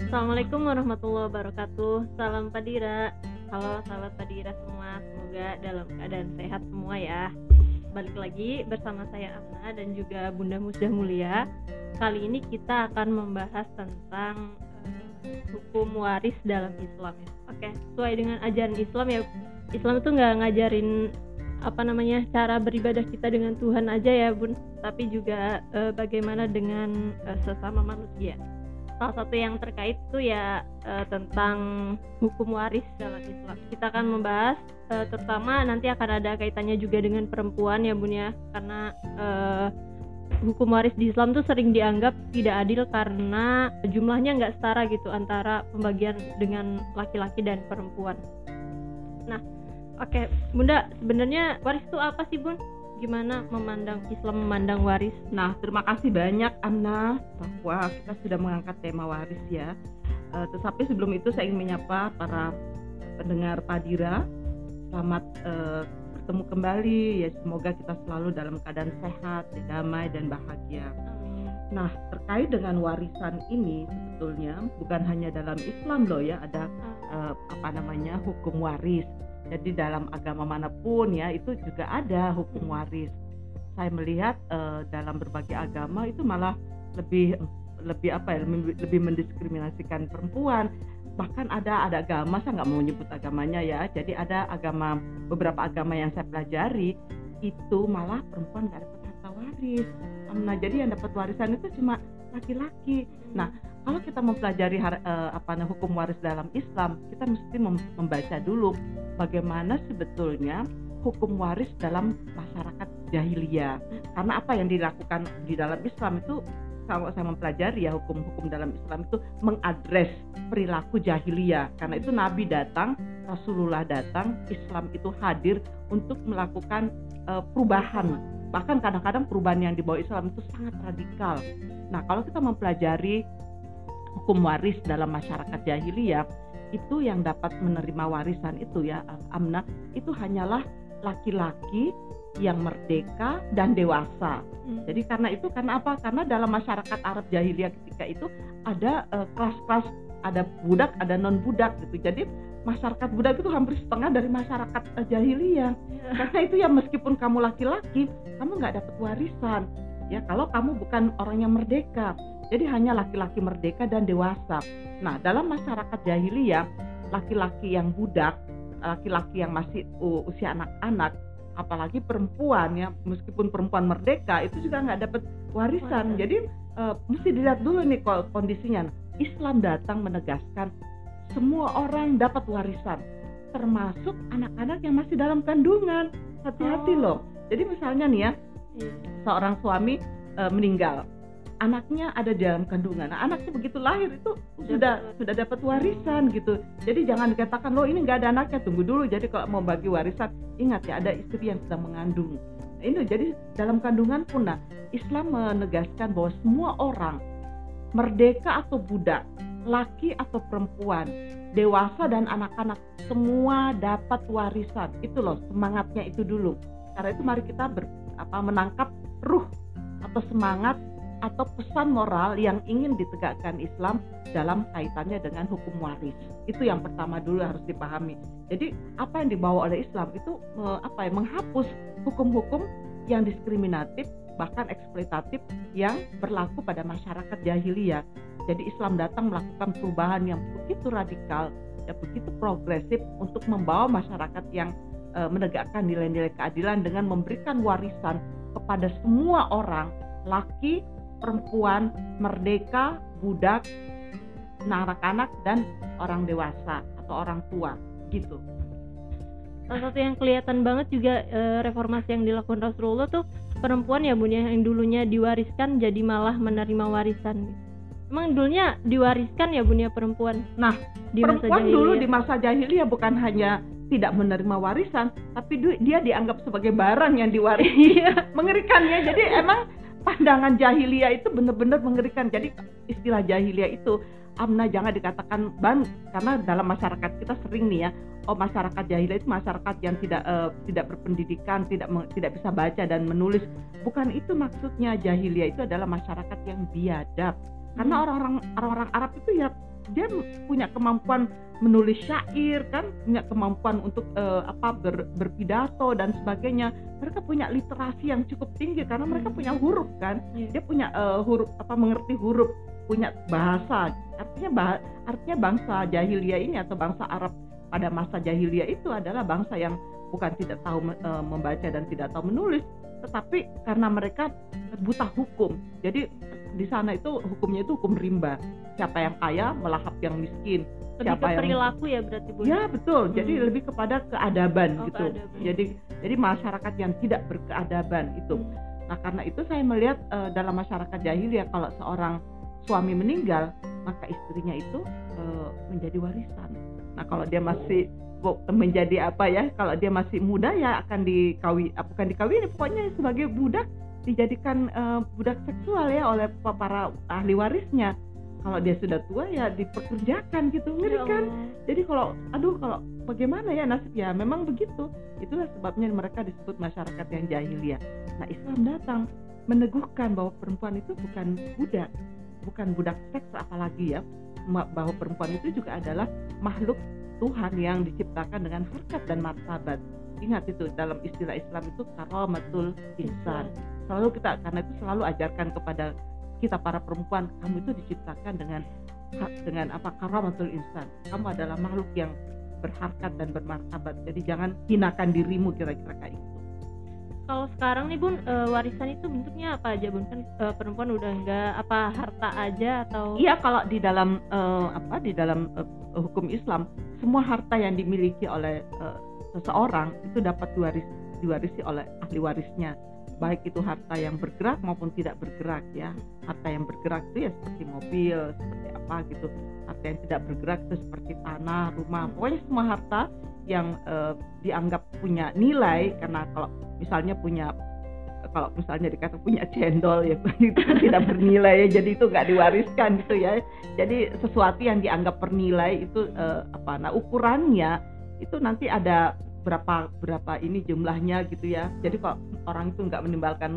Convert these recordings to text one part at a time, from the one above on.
Assalamualaikum warahmatullahi wabarakatuh. Salam Padira. Halo sahabat Padira semua, semoga dalam keadaan sehat semua ya. Balik lagi bersama saya Amna dan juga Bunda Musdah Mulia. Kali ini kita akan membahas tentang hukum waris dalam Islam ya. Oke, sesuai dengan ajaran Islam ya. Islam itu nggak ngajarin cara beribadah kita dengan Tuhan aja ya Bun, tapi juga bagaimana dengan sesama manusia. Salah satu yang terkait itu ya tentang hukum waris dalam Islam. Kita akan membahas terutama nanti akan ada kaitannya juga dengan perempuan ya Bun ya, karena hukum waris di Islam tuh sering dianggap tidak adil karena jumlahnya nggak setara gitu antara pembagian dengan laki-laki dan perempuan. Nah, oke, Bunda, sebenarnya waris itu apa sih Bun? Gimana Islam memandang waris? Nah, terima kasih banyak Amna bahwa kita sudah mengangkat tema waris ya. Tetapi sebelum itu saya ingin menyapa para pendengar Padira. Selamat bertemu kembali ya, semoga kita selalu dalam keadaan sehat, damai dan bahagia. Amin. Nah, terkait dengan warisan ini sebetulnya bukan hanya dalam Islam loh ya, ada hukum waris. Jadi dalam agama manapun ya itu juga ada hukum waris. Saya melihat dalam berbagai agama itu malah lebih mendiskriminasikan perempuan. Bahkan ada agama, saya nggak mau nyebut agamanya ya. Jadi ada beberapa agama yang saya pelajari itu malah perempuan nggak dapat harta waris. Nah, jadi yang dapat warisan itu cuma laki-laki. Nah, kalau kita mempelajari hukum waris dalam Islam, kita mesti membaca dulu bagaimana sebetulnya hukum waris dalam masyarakat jahiliyah. Karena apa yang dilakukan di dalam Islam itu, kalau saya mempelajari ya hukum-hukum dalam Islam itu mengadres perilaku jahiliyah. Karena itu Nabi datang, Rasulullah datang, Islam itu hadir untuk melakukan perubahan. Bahkan kadang-kadang perubahan yang dibawa Islam itu sangat radikal. Nah, kalau kita mempelajari hukum waris dalam masyarakat jahiliyah, itu yang dapat menerima warisan itu ya Amna, itu hanyalah laki-laki yang merdeka dan dewasa. Jadi karena apa? Karena dalam masyarakat Arab jahiliyah ketika itu ada kelas-kelas, ada budak, ada non budak gitu. Jadi masyarakat budak itu hampir setengah dari masyarakat jahiliyah. Karena itu ya meskipun kamu laki-laki, kamu nggak dapat warisan. Ya kalau kamu bukan orang yang merdeka. Jadi hanya laki-laki merdeka dan dewasa. Nah, dalam masyarakat jahiliyah, laki-laki yang budak, laki-laki yang masih usia anak-anak, apalagi perempuan ya, meskipun perempuan merdeka itu juga nggak dapat warisan. Jadi mesti dilihat dulu nih kondisinya. Islam datang menegaskan semua orang dapat warisan, termasuk anak-anak yang masih dalam kandungan. Hati-hati loh. Jadi misalnya nih ya, seorang suami meninggal, anaknya ada dalam kandungan. Nah, anaknya begitu lahir itu sudah dapat warisan gitu. Jadi jangan dikatakan loh ini nggak ada anaknya, tunggu dulu. Jadi kalau mau bagi warisan, ingat ya ada istri yang sedang mengandung. Nah, ini jadi dalam kandungan pun Islam menegaskan bahwa semua orang, merdeka atau budak, laki atau perempuan, dewasa dan anak-anak, semua dapat warisan. Itu loh semangatnya itu dulu. Karena itu mari kita menangkap ruh atau semangat atau pesan moral yang ingin ditegakkan Islam dalam kaitannya dengan hukum waris. Itu yang pertama dulu harus dipahami. Jadi apa yang dibawa oleh Islam itu menghapus hukum-hukum yang diskriminatif bahkan eksploitatif yang berlaku pada masyarakat jahiliyah. Jadi Islam datang melakukan perubahan yang begitu radikal dan begitu progresif untuk membawa masyarakat yang menegakkan nilai-nilai keadilan dengan memberikan warisan kepada semua orang, laki, perempuan, merdeka, budak, anak-anak dan orang dewasa atau orang tua gitu. Salah satu yang kelihatan banget juga reformasi yang dilakukan Rasulullah tuh perempuan ya Bun ya, yang dulunya diwariskan jadi malah menerima warisan. Emang dulunya diwariskan ya Bun ya perempuan? Nah, di perempuan dulu di masa jahiliyah bukan hanya tidak menerima warisan, tapi dia dianggap sebagai barang yang diwarisi. Mengerikan ya. Jadi emang pandangan jahiliyah itu benar-benar mengerikan. Jadi istilah jahiliyah itu Amna jangan dikatakan karena dalam masyarakat kita sering nih ya, masyarakat jahiliyah itu masyarakat yang tidak berpendidikan, tidak bisa baca dan menulis. Bukan itu maksudnya. Jahiliyah itu adalah masyarakat yang biadab, Karena orang-orang Arab itu ya dia punya kemampuan menulis syair kan, punya kemampuan untuk berpidato dan sebagainya. Mereka punya literasi yang cukup tinggi karena mereka punya huruf kan. Dia punya huruf mengerti huruf, punya bahasa. Artinya bangsa jahiliyah ini atau bangsa Arab pada masa jahiliyah itu adalah bangsa yang bukan tidak tahu membaca dan tidak tahu menulis, tetapi karena mereka buta hukum. Jadi di sana itu hukumnya itu hukum rimba. Siapa yang kaya melahap yang miskin. Lebih Siapa ke perilaku ya berarti Bu? Ya betul. Jadi lebih kepada keadaban gitu. Keadaban. Jadi masyarakat yang tidak berkeadaban itu. Nah karena itu saya melihat dalam masyarakat jahiliyah kalau seorang suami meninggal maka istrinya itu menjadi warisan. Nah kalau dia masih menjadi kalau dia masih muda ya akan bukan dikawini, pokoknya sebagai budak dijadikan budak seksual ya oleh para ahli warisnya. Kalau dia sudah tua ya dipekerjakan gitu, ngeri kan? Jadi kalau bagaimana ya nasib ya, memang begitu. Itulah sebabnya mereka disebut masyarakat yang jahiliyah. Nah Islam datang meneguhkan bahwa perempuan itu bukan budak seks apalagi ya, bahwa perempuan itu juga adalah makhluk Tuhan yang diciptakan dengan harkat dan martabat. Ingat itu dalam istilah Islam itu karamatul insan. Karena itu selalu ajarkan kepada kita para perempuan, kamu itu diciptakan dengan karamatul insan. Kamu adalah makhluk yang berharkat dan bermartabat. Jadi jangan hinakan dirimu, kira-kira kayak gitu. Kalau sekarang nih Bun, warisan itu bentuknya apa aja Bun? Kan perempuan udah enggak harta aja atau? Iya, kalau di dalam hukum Islam, semua harta yang dimiliki oleh seseorang itu dapat diwarisi oleh ahli warisnya. Baik itu harta yang bergerak maupun tidak bergerak ya. Harta yang bergerak itu ya seperti mobil, seperti apa gitu. Harta yang tidak bergerak itu seperti tanah, rumah. Pokoknya semua harta yang dianggap punya nilai, karena kalau misalnya dikata punya cendol ya itu tidak bernilai ya, jadi itu nggak diwariskan gitu ya. Jadi sesuatu yang dianggap bernilai itu ukurannya itu nanti ada berapa ini jumlahnya gitu ya. Jadi kalau orang itu nggak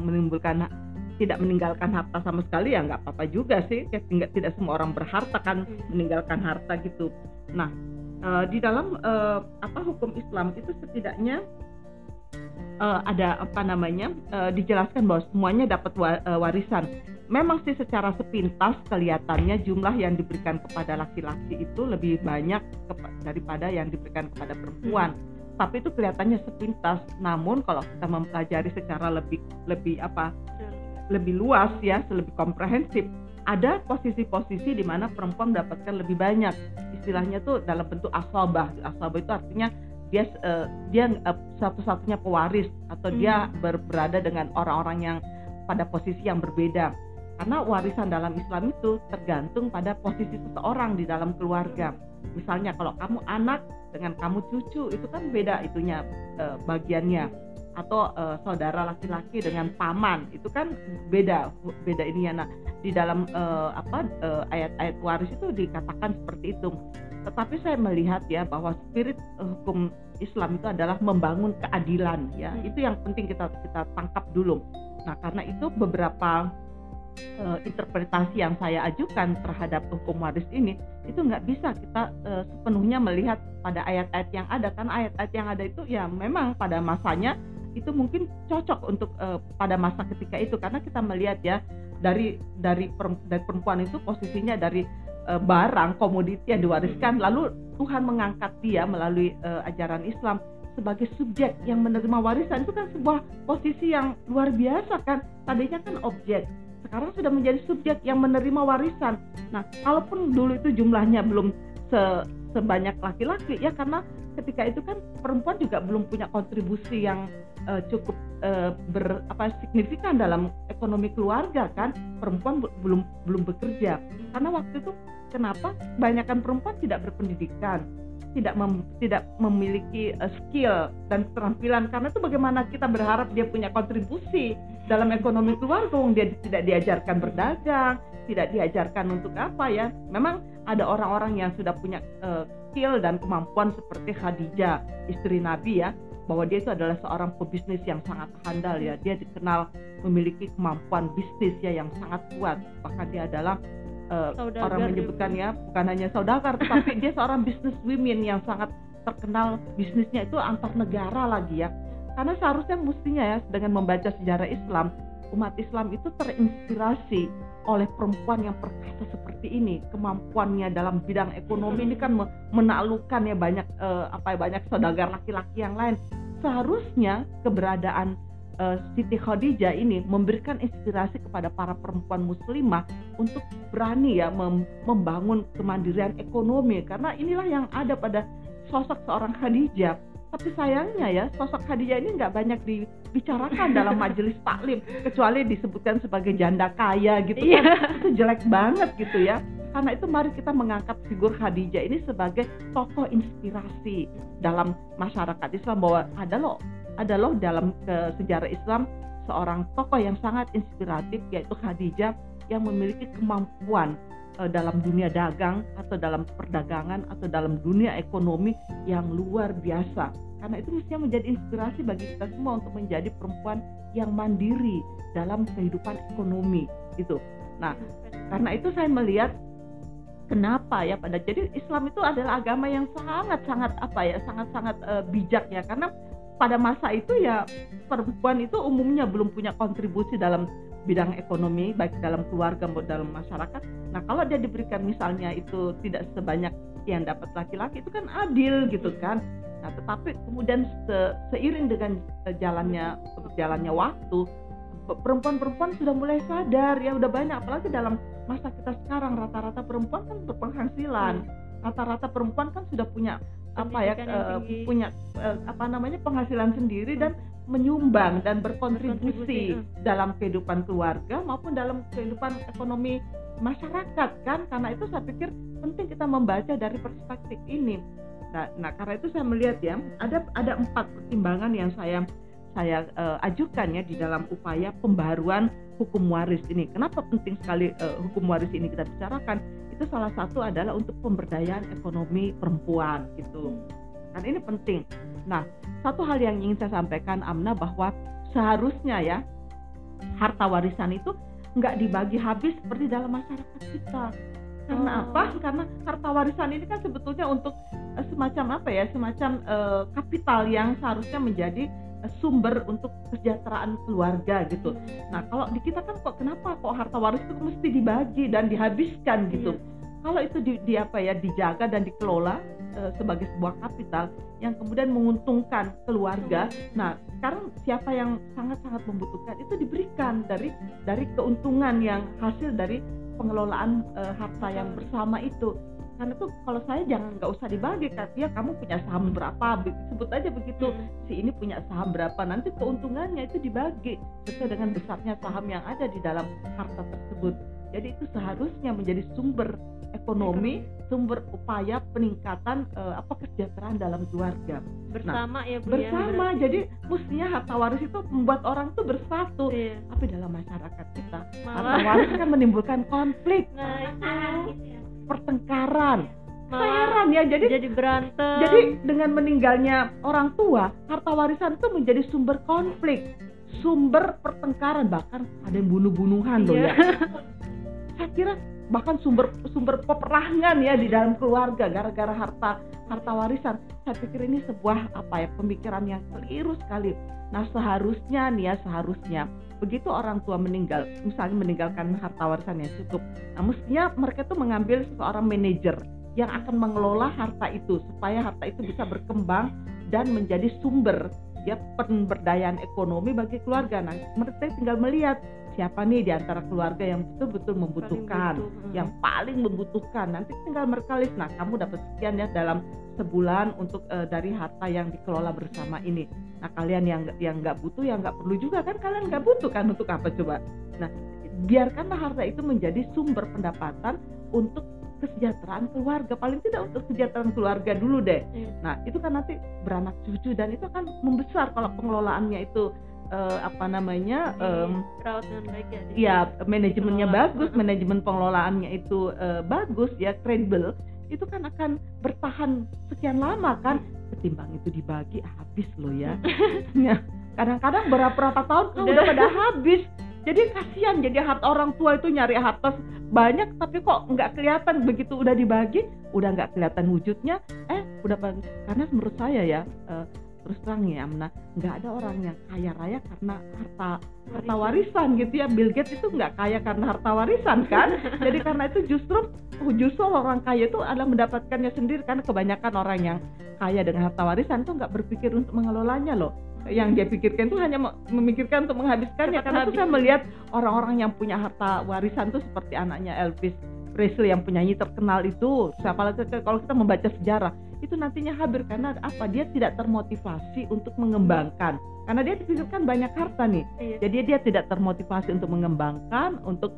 tidak meninggalkan harta sama sekali ya nggak apa-apa juga sih. Tidak semua orang berharta kan meninggalkan harta gitu. Nah di dalam hukum Islam itu setidaknya ada dijelaskan bahwa semuanya dapat warisan. Memang sih secara sepintas kelihatannya jumlah yang diberikan kepada laki-laki itu lebih banyak daripada yang diberikan kepada perempuan. Tapi itu kelihatannya sepintas. Namun kalau kita mempelajari secara lebih luas ya, lebih komprehensif, ada posisi-posisi di mana perempuan mendapatkan lebih banyak. Istilahnya tuh dalam bentuk asabah. Asabah itu artinya dia satu-satunya pewaris atau dia berada dengan orang-orang yang pada posisi yang berbeda. Karena warisan dalam Islam itu tergantung pada posisi seseorang di dalam keluarga. Misalnya kalau kamu anak dengan kamu cucu itu kan beda itunya bagiannya. Atau saudara laki-laki dengan paman itu kan beda ininya. Nah di dalam ayat-ayat waris itu dikatakan seperti itu. Tetapi saya melihat ya bahwa spirit hukum Islam itu adalah membangun keadilan ya. Itu yang penting kita tangkap dulu. Nah karena itu beberapa interpretasi yang saya ajukan terhadap hukum waris ini itu nggak bisa kita sepenuhnya melihat pada ayat-ayat yang ada, karena ayat-ayat yang ada itu ya memang pada masanya itu mungkin cocok untuk pada masa ketika itu, karena kita melihat ya dari perempuan itu posisinya dari barang komoditi yang diwariskan, lalu Tuhan mengangkat dia melalui ajaran Islam sebagai subjek yang menerima warisan. Itu kan sebuah posisi yang luar biasa kan. Tadinya kan objek, sekarang sudah menjadi subjek yang menerima warisan. Nah, kalaupun dulu itu jumlahnya belum sebanyak laki-laki ya, karena ketika itu kan perempuan juga belum punya kontribusi yang cukup signifikan dalam ekonomi keluarga kan. Perempuan belum bekerja. Karena waktu itu kenapa kebanyakan perempuan tidak berpendidikan, tidak memiliki skill dan keterampilan. Karena itu bagaimana kita berharap dia punya kontribusi dalam ekonomi keluarga, dia tidak diajarkan berdagang, tidak diajarkan untuk apa ya. Memang ada orang-orang yang sudah punya skill dan kemampuan seperti Khadijah, istri Nabi ya, bahwa dia itu adalah seorang pebisnis yang sangat handal ya. Dia dikenal memiliki kemampuan bisnis ya yang sangat kuat. Bahkan dia adalah Saudagar orang menyebutkan ya bukan hanya saudagar, tapi dia seorang business women yang sangat terkenal, bisnisnya itu antar negara lagi ya. Karena seharusnya mestinya ya dengan membaca sejarah Islam, umat Islam itu terinspirasi oleh perempuan yang perkasa seperti ini. Kemampuannya dalam bidang ekonomi ini kan menaklukkan ya banyak saudagar laki-laki yang lain. Seharusnya keberadaan Siti Khadijah ini memberikan inspirasi kepada para perempuan muslimah untuk berani ya membangun kemandirian ekonomi, karena inilah yang ada pada sosok seorang Khadijah. Tapi sayangnya ya sosok Khadijah ini nggak banyak dibicarakan dalam majelis taklim, kecuali disebutkan sebagai janda kaya gitu kan. Itu jelek banget gitu ya. Karena itu mari kita mengangkat figur Khadijah ini sebagai tokoh inspirasi dalam masyarakat Islam, bahwa ada loh dalam sejarah Islam seorang tokoh yang sangat inspiratif, yaitu Khadijah, yang memiliki kemampuan dalam dunia dagang atau dalam perdagangan atau dalam dunia ekonomi yang luar biasa. Karena itu mestinya menjadi inspirasi bagi kita semua untuk menjadi perempuan yang mandiri dalam kehidupan ekonomi gitu. Nah, karena itu saya melihat kenapa ya jadi Islam itu adalah agama yang sangat-sangat bijak ya, karena pada masa itu ya perempuan itu umumnya belum punya kontribusi dalam bidang ekonomi, baik dalam keluarga maupun dalam masyarakat. Nah, kalau dia diberikan misalnya itu tidak sebanyak yang dapat laki-laki, itu kan adil gitu kan. Nah, tetapi kemudian seiring dengan berjalannya waktu, perempuan-perempuan sudah mulai sadar ya, udah banyak, apalagi dalam masa kita sekarang rata-rata perempuan kan berpenghasilan, rata-rata perempuan kan sudah punya penghasilan sendiri dan menyumbang dan berkontribusi dalam kehidupan keluarga maupun dalam kehidupan ekonomi masyarakat kan. Karena itu saya pikir penting kita membaca dari perspektif ini. Nah karena itu saya melihat ya ada 4 pertimbangan yang saya ajukan ya di dalam upaya pembaruan hukum waris ini. Kenapa penting sekali hukum waris ini kita bicarakan? Itu salah satu adalah untuk pemberdayaan ekonomi perempuan gitu. Kan ini penting. Nah, satu hal yang ingin saya sampaikan Amna, bahwa seharusnya ya harta warisan itu nggak dibagi habis seperti dalam masyarakat kita. Karena apa? Karena harta warisan ini kan sebetulnya untuk semacam kapital yang seharusnya menjadi sumber untuk kesejahteraan keluarga gitu. Nah, kalau di kita kan kenapa harta waris itu mesti dibagi dan dihabiskan gitu. Kalau itu dijaga dan dikelola sebagai sebuah kapital yang kemudian menguntungkan keluarga. Nah, sekarang siapa yang sangat-sangat membutuhkan itu diberikan dari keuntungan yang hasil dari pengelolaan harta yang bersama itu. Karena itu kalau saya nggak usah dibagi, ya kamu punya saham berapa, sebut aja begitu, si ini punya saham berapa, nanti keuntungannya itu dibagi sesuai dengan besarnya saham yang ada di dalam harta tersebut. Jadi itu seharusnya menjadi sumber ekonomi, sumber upaya peningkatan kesejahteraan dalam keluarga bersama. Nah, ya Bu, bersama ya, jadi mestinya harta waris itu membuat orang itu bersatu. Tapi dalam masyarakat kita harta waris kan menimbulkan konflik, pertengkaran. Heran ya, jadi berantem. Jadi dengan meninggalnya orang tua, harta warisan itu menjadi sumber konflik, sumber pertengkaran, bahkan ada yang bunuh-bunuhan loh ya. Saya kira bahkan sumber peperangan ya di dalam keluarga gara-gara harta warisan. Saya pikir ini sebuah pemikiran yang keliru sekali. Nah, seharusnya begitu orang tua meninggal, misalnya meninggalkan harta warisan yang cukup, nah mestinya mereka itu mengambil seorang manajer yang akan mengelola harta itu supaya harta itu bisa berkembang dan menjadi sumber pemberdayaan ekonomi bagi keluarga. Nah, mereka tinggal melihat siapa nih di antara keluarga yang betul-betul membutuhkan, yang paling membutuhkan. Nanti tinggal mereka list, nah kamu dapat sekian ya dalam sebulan untuk dari harta yang dikelola bersama ini. Nah, kalian yang nggak butuh, yang nggak perlu juga kan, kalian nggak butuh kan, untuk apa coba? Nah, biarkanlah harta itu menjadi sumber pendapatan untuk kesejahteraan keluarga, paling tidak untuk kesejahteraan keluarga dulu deh. Nah, itu kan nanti beranak cucu dan itu akan membesar kalau pengelolaannya itu perawat dengan baik ya, manajemennya bagus, manajemen pengelolaannya itu bagus ya, kredibel, itu kan akan bertahan sekian lama kan, ketimbang itu dibagi habis loh ya. Nah, kadang-kadang berapa tahun kan udah pada habis. Jadi kasihan, jadi harta orang tua itu nyari harta banyak tapi kok nggak kelihatan, begitu udah dibagi udah nggak kelihatan wujudnya. Udah karena menurut saya ya, terus terang ya Amna, nggak ada orang yang kaya raya karena harta warisan gitu ya. Bill Gates itu nggak kaya karena harta warisan kan. Jadi karena itu justru orang kaya itu adalah mendapatkannya sendiri, karena kebanyakan orang yang kaya dengan harta warisan itu nggak berpikir untuk mengelolanya loh. Yang dia pikirkan itu hanya memikirkan untuk menghabiskannya. Karena itu saya melihat orang-orang yang punya harta warisan itu seperti anaknya Elvis Presley yang penyanyi terkenal itu. Apalagi kalau kita membaca sejarah itu nantinya habis karena apa? Dia tidak termotivasi untuk mengembangkan. Karena dia dipikirkan banyak harta nih. Jadi dia tidak termotivasi untuk mengembangkan, untuk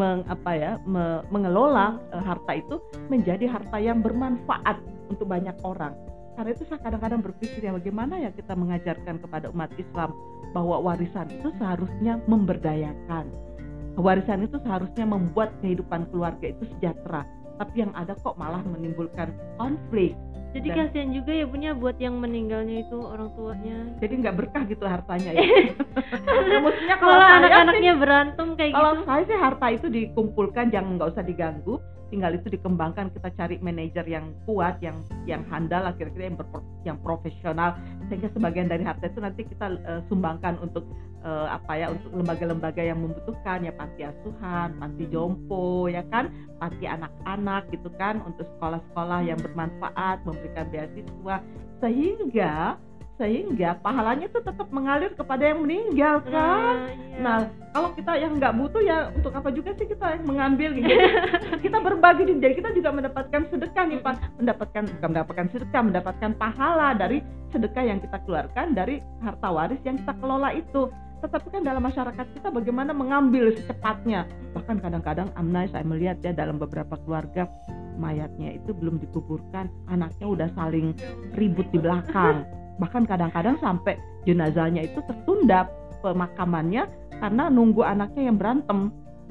mengelola harta itu menjadi harta yang bermanfaat untuk banyak orang. Karena itu saya kadang-kadang berpikir ya, bagaimana ya kita mengajarkan kepada umat Islam bahwa warisan itu seharusnya memberdayakan. Warisan itu seharusnya membuat kehidupan keluarga itu sejahtera. Tapi yang ada kok malah menimbulkan konflik. Jadi kasihan juga ya punya buat yang meninggalnya itu orang tuanya. Jadi nggak berkah gitu hartanya ya. Maksudnya kalau anak-anaknya berantem kayak kalau gitu. Kalau saya sih harta itu dikumpulkan, jangan, nggak usah diganggu. Tinggal itu dikembangkan, kita cari manajer yang kuat, yang handal lah kira-kira, yang profesional, sehingga sebagian dari harta itu nanti kita sumbangkan untuk untuk lembaga-lembaga yang membutuhkan, ya panti asuhan, panti jompo, ya kan, panti anak-anak gitu kan, untuk sekolah-sekolah yang bermanfaat, memberikan beasiswa, sehingga pahalanya itu tetap mengalir kepada yang meninggal kan. Nah, kalau kita yang nggak butuh ya untuk apa juga sih kita yang mengambil gitu. Kita berbagi, jadi kita juga mendapatkan sedekah nih Pak, mendapatkan pahala dari sedekah yang kita keluarkan dari harta waris yang kita kelola itu. Tetapi kan dalam masyarakat kita bagaimana mengambil secepatnya. Bahkan kadang-kadang Amna, saya melihat ya dalam beberapa keluarga mayatnya itu belum dikuburkan, anaknya udah saling ribut di belakang. Bahkan kadang-kadang sampai jenazahnya itu tertunda pemakamannya karena nunggu anaknya yang berantem,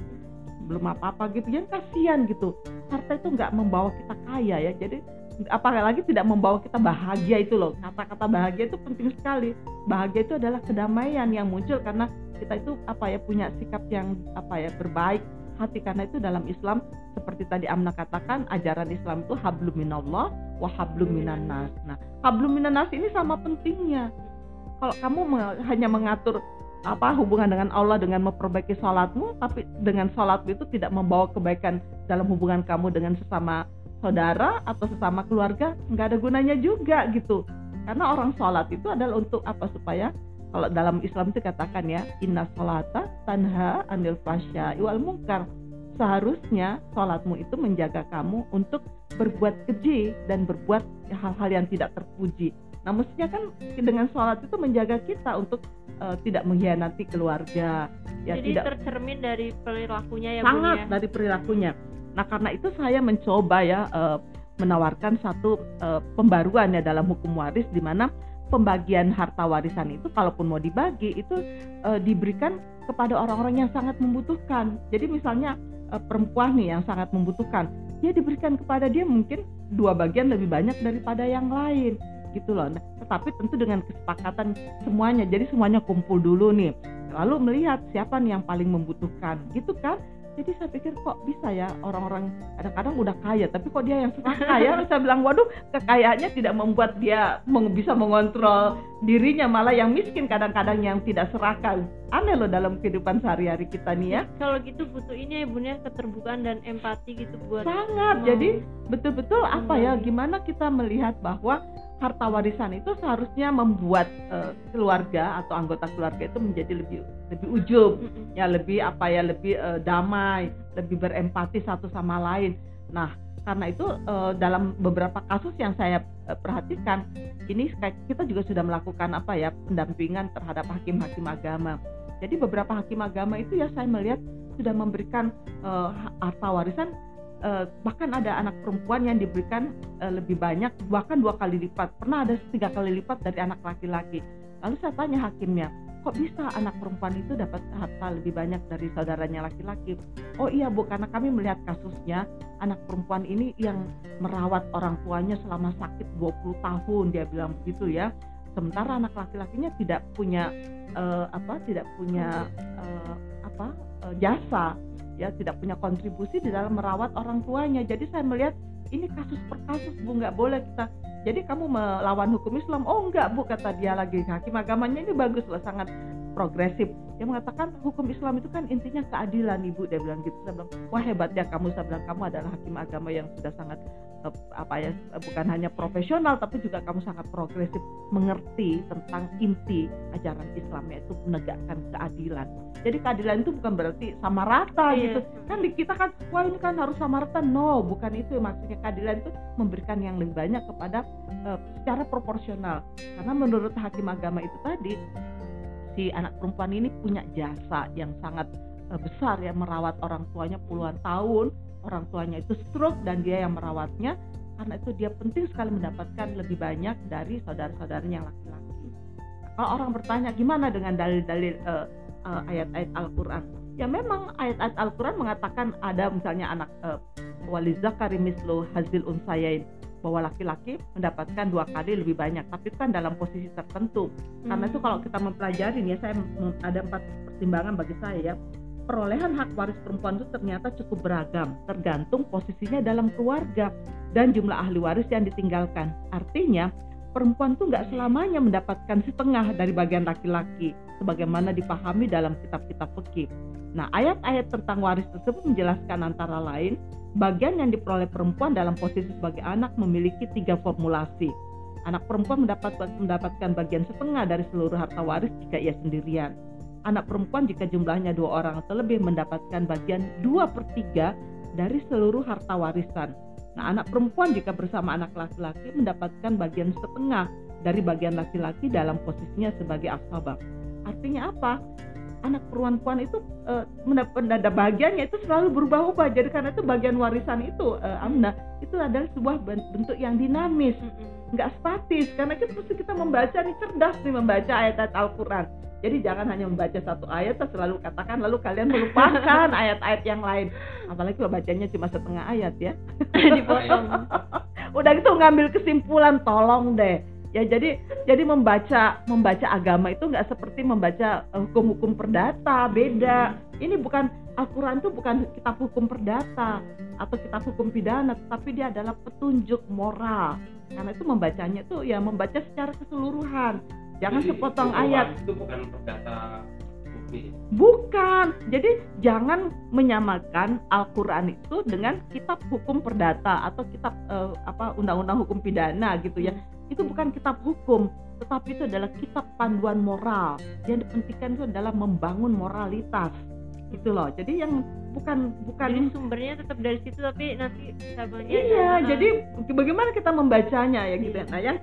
belum apa-apa gitu. Yang kasihan gitu, harta itu nggak membawa kita kaya ya, jadi apalagi tidak membawa kita bahagia itu loh. Kata-kata bahagia itu penting sekali. Bahagia itu adalah kedamaian yang muncul karena kita itu punya sikap yang berbaik hati. Karena itu dalam Islam seperti tadi Amna katakan, ajaran Islam itu hablum minallah wa hablum minan nas. Nah, hablum minan nas ini sama pentingnya. Kalau kamu hanya mengatur hubungan dengan Allah dengan memperbaiki salatmu, tapi dengan salatmu itu tidak membawa kebaikan dalam hubungan kamu dengan sesama saudara atau sesama keluarga, nggak ada gunanya juga gitu. Karena orang salat itu adalah untuk apa? Supaya, kalau dalam Islam itu katakan ya, inna sholata tanha anil fahsya'i wal munkar. Seharusnya sholatmu itu menjaga kamu untuk berbuat keji dan berbuat hal-hal yang tidak terpuji. Nah, mestinya kan dengan sholat itu menjaga kita untuk tidak mengkhianati keluarga. Ya, jadi tidak tercermin dari perilakunya ya, sangat Bu, ya? dari perilakunya. Nah, karena itu saya mencoba ya menawarkan satu pembaruan ya dalam hukum waris, di mana pembagian harta warisan itu kalaupun mau dibagi itu diberikan kepada orang-orang yang sangat membutuhkan. Jadi misalnya perempuan nih yang sangat membutuhkan, dia diberikan kepada dia mungkin 2 bagian lebih banyak daripada yang lain gitu loh. Nah, tetapi tentu dengan kesepakatan semuanya. Jadi semuanya kumpul dulu nih, lalu melihat siapa nih yang paling membutuhkan gitu kan. Jadi saya pikir kok bisa ya orang-orang kadang-kadang udah kaya tapi kok dia yang serakah ya. Saya bilang waduh, kekayaannya tidak membuat dia bisa mengontrol dirinya, malah yang miskin kadang-kadang yang tidak serakah. Aneh loh dalam kehidupan sehari-hari kita nih ya. Kalau gitu butuh ini ya Bunda, keterbukaan dan empati gitu buat sangat. Jadi betul-betul gimana kita melihat bahwa harta warisan itu seharusnya membuat keluarga atau anggota keluarga itu menjadi lebih ujub, ya lebih damai, lebih berempati satu sama lain. Nah, karena itu dalam beberapa kasus yang saya perhatikan, ini kita juga sudah melakukan pendampingan terhadap hakim-hakim agama. Jadi beberapa hakim agama itu ya saya melihat sudah memberikan harta warisan. Bahkan ada anak perempuan yang diberikan lebih banyak, bahkan 2 kali lipat, pernah ada 3 kali lipat dari anak laki-laki. Lalu saya tanya hakimnya, kok bisa anak perempuan itu dapat harta lebih banyak dari saudaranya laki-laki? Oh iya Bu, karena kami melihat kasusnya anak perempuan ini yang merawat orang tuanya selama sakit 20 tahun, dia bilang begitu ya. Sementara anak laki-lakinya tidak punya jasa, ya tidak punya kontribusi di dalam merawat orang tuanya. Jadi saya melihat ini kasus per kasus, Bu, nggak boleh kita. Jadi kamu melawan hukum Islam? Oh enggak, Bu, kata dia lagi, hakim agamanya ini bagus loh, sangat progresif. Dia mengatakan hukum Islam itu kan intinya keadilan, Ibu, dia bilang gitu. Saya bilang, wah hebat ya kamu. Saya bilang, kamu adalah hakim agama yang sudah sangat bukan hanya profesional, tapi juga kamu sangat progresif, mengerti tentang inti ajaran Islam, yaitu menegakkan keadilan. Jadi keadilan itu bukan berarti sama rata gitu. Kan di kita kan, wah ini kan harus sama rata. No, bukan itu maksudnya. Keadilan itu memberikan yang lebih banyak kepada secara proporsional. Karena menurut hakim agama itu tadi, si anak perempuan ini punya jasa yang sangat besar ya, merawat orang tuanya puluhan tahun. Orang tuanya itu stroke dan dia yang merawatnya. Karena itu dia penting sekali mendapatkan lebih banyak dari saudara-saudaranya yang laki-laki. Kalau orang bertanya gimana dengan dalil-dalil ayat-ayat Al-Quran, ya memang ayat-ayat Al-Quran mengatakan ada misalnya anak wali zakari mislu hazil unsayain, bahwa laki-laki mendapatkan 2 kali lebih banyak, tapi itu kan dalam posisi tertentu. Karena itu kalau kita mempelajari ya, saya ada 4 pertimbangan bagi saya ya. Perolehan hak waris perempuan itu ternyata cukup beragam, tergantung posisinya dalam keluarga dan jumlah ahli waris yang ditinggalkan. Artinya perempuan itu nggak selamanya mendapatkan setengah dari bagian laki-laki, sebagaimana dipahami dalam kitab-kitab fikih. Nah, ayat-ayat tentang waris tersebut menjelaskan antara lain, bagian yang diperoleh perempuan dalam posisi sebagai anak memiliki 3 formulasi. Anak perempuan mendapatkan bagian setengah dari seluruh harta waris jika ia sendirian. Anak perempuan jika jumlahnya 2 orang atau lebih mendapatkan bagian 2/3 dari seluruh harta warisan. Nah, anak perempuan jika bersama anak laki-laki mendapatkan bagian setengah dari bagian laki-laki dalam posisinya sebagai asbab. Artinya apa? Anak perempuan itu mendapat bagiannya itu selalu berubah-ubah. Jadi karena itu bagian warisan itu, Amna, itu adalah sebuah bentuk yang dinamis, nggak statis. Karena kita membaca nih, cerdas nih membaca ayat-ayat Al-Quran. Jadi jangan hanya membaca 1 ayat terus selalu katakan lalu kalian melupakan ayat-ayat yang lain. Apalagi kalau bacanya cuma setengah ayat ya. Dipotong. Udah gitu ngambil kesimpulan, tolong deh. Ya jadi membaca agama itu nggak seperti membaca hukum-hukum perdata, beda. Ini bukan, Al-Quran itu bukan kitab hukum perdata atau kitab hukum pidana, tapi dia adalah petunjuk moral. Karena itu membacanya itu ya membaca secara keseluruhan. Jangan sepotong ayat. Itu bukan perdata hukum. Bukan. Jadi jangan menyamakan Al-Quran itu dengan kitab hukum perdata atau kitab undang-undang hukum pidana gitu ya. Itu bukan kitab hukum, tetapi itu adalah kitab panduan moral. Yang dipentingkan itu adalah membangun moralitas. Gitu loh. Jadi yang bukan jadi sumbernya tetap dari situ, tapi nanti cabangnya. Iya, jadi bagaimana kita membacanya ya gitu. Nah, yang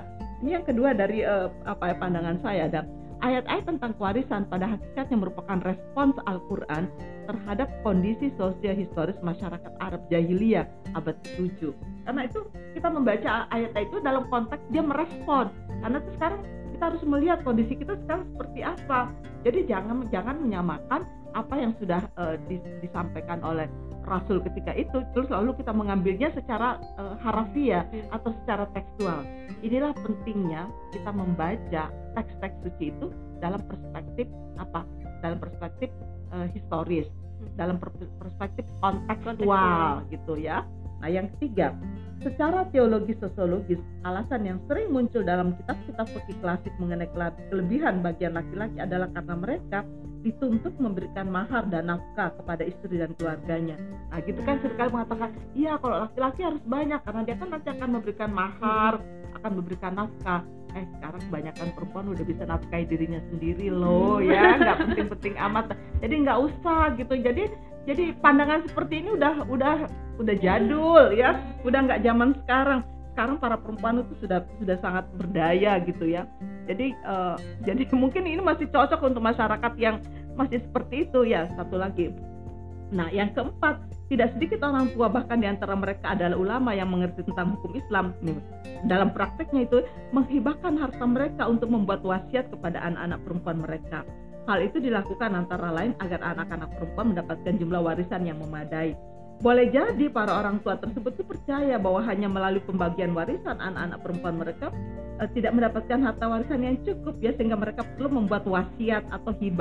kedua dari pandangan saya, ada ayat-ayat tentang kewarisan pada hakikatnya merupakan respons Al-Quran terhadap kondisi sosial historis masyarakat Arab jahiliyah abad ke-7. Karena itu kita membaca ayat itu dalam konteks dia merespon. Karena itu sekarang kita harus melihat kondisi kita sekarang seperti apa. Jadi jangan menyamakan apa yang sudah disampaikan oleh Rasul ketika itu, terus lalu kita mengambilnya secara harafiah atau secara tekstual. Inilah pentingnya kita membaca teks-teks suci itu dalam perspektif apa? Dalam perspektif historis, dalam perspektif kontekstual gitu ya. Nah, yang ketiga, secara teologis sosiologis, alasan yang sering muncul dalam kitab-kitab fikih klasik mengenai kelebihan bagian laki-laki adalah karena mereka dituntut memberikan mahar dan nafkah kepada istri dan keluarganya. Nah, gitu kan seringkali mengatakan, iya kalau laki-laki harus banyak karena dia kan nanti akan memberikan mahar, akan memberikan nafkah. Sekarang kebanyakan perempuan udah bisa nafkahi dirinya sendiri loh ya, nggak penting-penting amat. Jadi nggak usah gitu. Jadi pandangan seperti ini udah jadul ya, udah nggak zaman sekarang. Sekarang para perempuan itu sudah sangat berdaya gitu ya. Jadi mungkin ini masih cocok untuk masyarakat yang masih seperti itu ya. Satu lagi. Nah, yang keempat, tidak sedikit orang tua bahkan di antara mereka adalah ulama yang mengerti tentang hukum Islam. Dalam prakteknya itu menghibahkan harta mereka untuk membuat wasiat kepada anak-anak perempuan mereka. Hal itu dilakukan antara lain agar anak-anak perempuan mendapatkan jumlah warisan yang memadai. Boleh jadi para orang tua tersebut itu percaya bahwa hanya melalui pembagian warisan anak-anak perempuan mereka tidak mendapatkan harta warisan yang cukup ya, sehingga mereka perlu membuat wasiat atau hibah.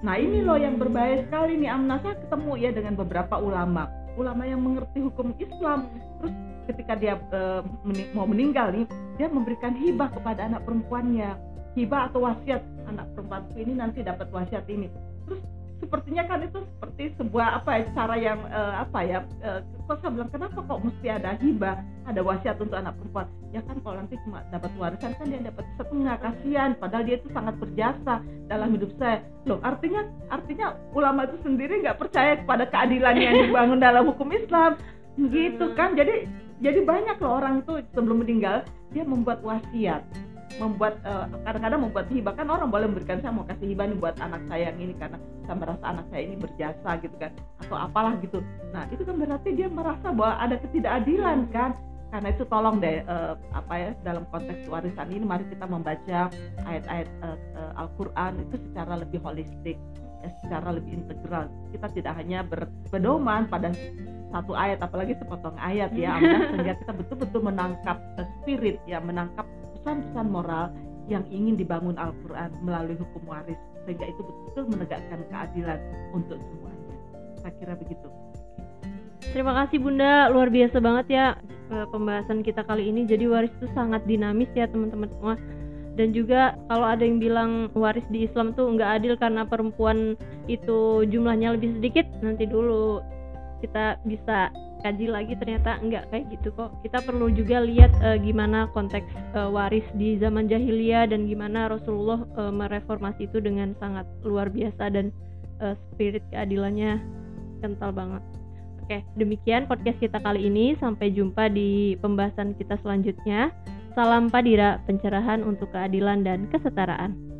Nah ini loh yang berbahaya sekali nih Amna. Saya ketemu ya dengan beberapa ulama yang mengerti hukum Islam. Terus ketika dia mau meninggal nih, dia memberikan hibah kepada anak perempuannya, hibah atau wasiat, anak perempuanku ini nanti dapat wasiat ini. Terus sepertinya kan itu seperti sebuah cara yang kok saya bilang kenapa kok mesti ada hibah, ada wasiat untuk anak perempuan? Ya kan kalau nanti cuma dapat warisan kan dia dapat setengah, kasihan, padahal dia itu sangat berjasa dalam hidup saya. Loh, artinya ulama itu sendiri nggak percaya kepada keadilan yang dibangun dalam hukum Islam, gitu kan? Jadi banyak loh orang itu sebelum meninggal dia membuat wasiat, kadang-kadang membuat hibah. Kan orang boleh memberikan, saya mau kasih hibah nih buat anak saya yang ini karena saya merasa anak saya ini berjasa gitu kan, atau apalah gitu. Nah itu kan berarti dia merasa bahwa ada ketidakadilan kan. Karena itu tolong deh dalam konteks warisan ini mari kita membaca ayat-ayat Al-Quran itu secara lebih holistik, secara lebih integral. Kita tidak hanya berpedoman pada satu ayat, apalagi sepotong ayat ya, sehingga kita betul-betul menangkap spirit ya, menangkap pesan-pesan moral yang ingin dibangun Al-Quran melalui hukum waris, sehingga itu betul-betul menegakkan keadilan untuk semuanya. Saya kira begitu. Terima kasih Bunda, luar biasa banget ya pembahasan kita kali ini. Jadi waris itu sangat dinamis ya teman-teman semua. Dan juga kalau ada yang bilang waris di Islam tuh nggak adil karena perempuan itu jumlahnya lebih sedikit, nanti dulu kita bisa kaji lagi, ternyata enggak kayak gitu kok. Kita perlu juga lihat gimana konteks waris di zaman jahiliyah dan gimana Rasulullah mereformasi itu dengan sangat luar biasa dan spirit keadilannya kental banget. Oke, demikian podcast kita kali ini. Sampai jumpa di pembahasan kita selanjutnya. Salam Padira, pencerahan untuk keadilan dan kesetaraan.